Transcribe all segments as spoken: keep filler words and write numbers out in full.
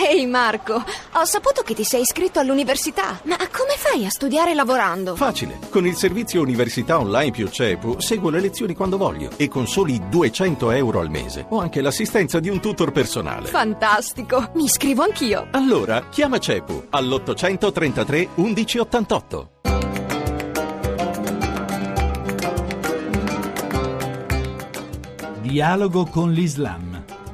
Ehi Marco, ho saputo che ti sei iscritto all'università, ma come fai a studiare lavorando? Facile, con il servizio Università Online più CEPU seguo le lezioni quando voglio e con soli duecento euro al mese ho anche l'assistenza di un tutor personale. Fantastico, mi iscrivo anch'io. Allora chiama CEPU all'ottocentotrentatré undici ottantotto. Dialogo con l'Islam.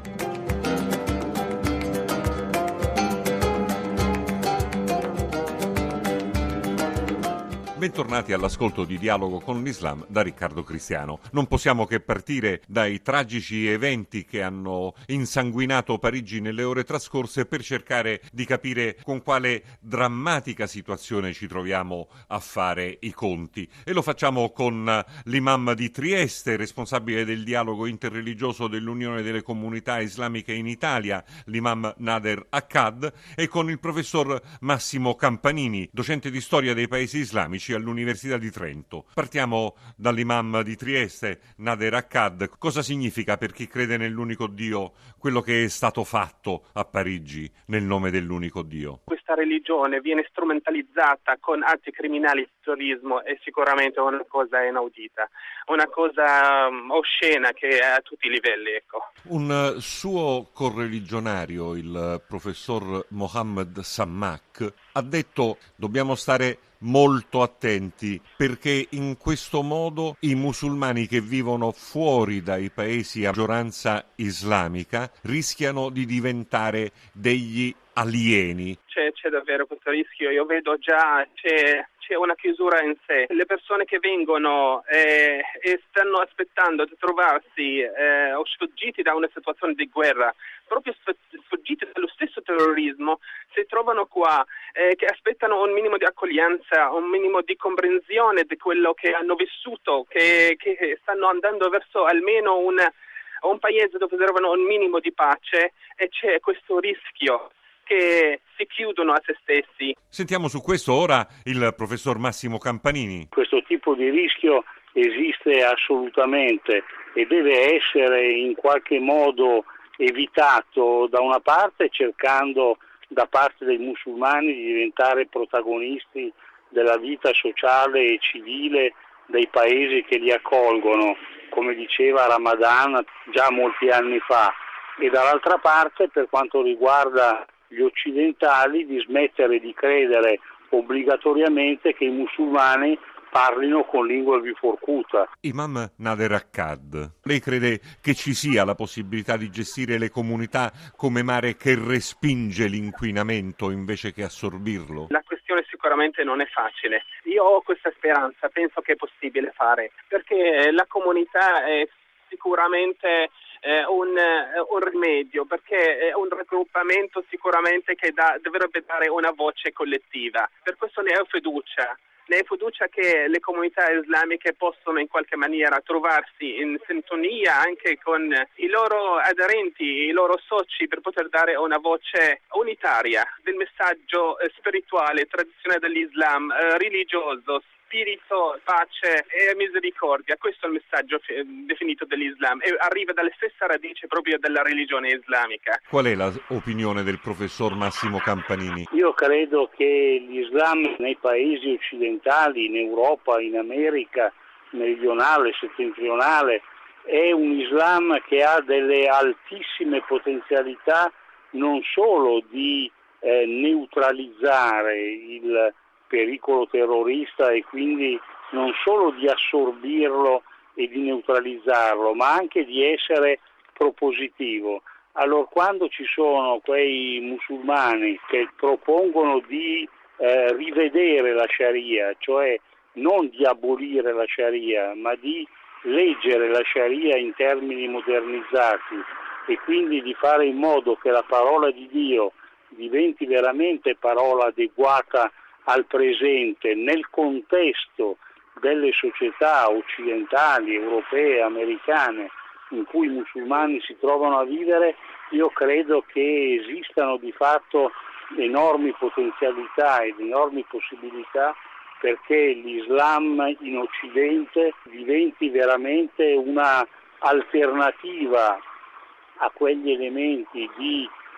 Bentornati all'ascolto di Dialogo con l'Islam da Riccardo Cristiano. Non possiamo che partire dai tragici eventi che hanno insanguinato Parigi nelle ore trascorse per cercare di capire con quale drammatica situazione ci troviamo a fare i conti. E lo facciamo con l'imam di Trieste, responsabile del dialogo interreligioso dell'Unione delle Comunità Islamiche in Italia, l'imam Nader Akkad, e con il professor Massimo Campanini, docente di storia dei paesi islamici all'Università di Trento. Partiamo dall'imam di Trieste, Nader Akkad. Cosa significa per chi crede nell'unico Dio quello che è stato fatto a Parigi nel nome dell'unico Dio? Questa religione viene strumentalizzata con atti criminali e terrorismo è sicuramente una cosa inaudita, una cosa um, oscena che è a tutti i livelli. Ecco. Un suo correligionario, il professor Mohammed Sammak, ha detto: dobbiamo stare molto attenti perché in questo modo i musulmani che vivono fuori dai paesi a maggioranza islamica rischiano di diventare degli alieni. C'è, c'è davvero questo rischio, io vedo già c'è, c'è una chiusura in sé. Le persone che vengono eh, e stanno aspettando di trovarsi eh, o sfuggiti da una situazione di guerra, proprio sfuggiti dallo stesso terrorismo, si trovano qua eh, che aspettano un minimo di accoglienza, un minimo di comprensione di quello che hanno vissuto, che, che stanno andando verso almeno un, un paese dove servono un minimo di pace, e c'è questo rischio che si chiudono a se stessi. Sentiamo su questo ora il professor Massimo Campanini. Questo tipo di rischio esiste assolutamente e deve essere in qualche modo evitato, da una parte cercando da parte dei musulmani di diventare protagonisti della vita sociale e civile dei paesi che li accolgono, come diceva Ramadan già molti anni fa, e dall'altra parte, per quanto riguarda gli occidentali, di smettere di credere obbligatoriamente che i musulmani parlino con lingua biforcuta. Imam Nader Akkad, lei crede che ci sia la possibilità di gestire le comunità come mare che respinge l'inquinamento invece che assorbirlo? La questione sicuramente non è facile. Io ho questa speranza, penso che è possibile fare, perché la comunità è sicuramente eh, un, eh, un rimedio, perché è un raggruppamento sicuramente che da, dovrebbe dare una voce collettiva. Per questo ne ho fiducia. Ne ho fiducia che le comunità islamiche possono in qualche maniera trovarsi in sintonia anche con i loro aderenti, i loro soci, per poter dare una voce unitaria del messaggio eh, spirituale, tradizionale dell'Islam, eh, religioso, spirito, pace e misericordia. Questo è il messaggio f- definito dell'Islam e arriva dalle stesse radici proprio della religione islamica. Qual è l'opinione del professor Massimo Campanini? Io credo che l'Islam nei paesi occidentali, in Europa, in America meridionale, settentrionale, è un Islam che ha delle altissime potenzialità non solo di eh, neutralizzare il pericolo terrorista e quindi non solo di assorbirlo e di neutralizzarlo, ma anche di essere propositivo. Allora, quando ci sono quei musulmani che propongono di eh, rivedere la Sharia, cioè non di abolire la Sharia, ma di leggere la Sharia in termini modernizzati e quindi di fare in modo che la parola di Dio diventi veramente parola adeguata al presente nel contesto delle società occidentali, europee, americane in cui i musulmani si trovano a vivere, io credo che esistano di fatto enormi potenzialità ed enormi possibilità perché l'Islam in Occidente diventi veramente una alternativa a quegli elementi di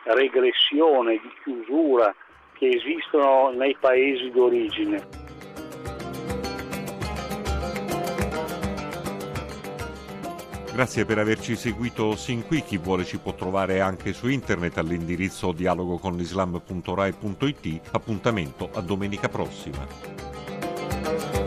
regressione, di chiusura che esistono nei paesi d'origine. Grazie per averci seguito sin qui. Chi vuole ci può trovare anche su internet all'indirizzo dialogo con l'islam punto rai punto it. Appuntamento a domenica prossima.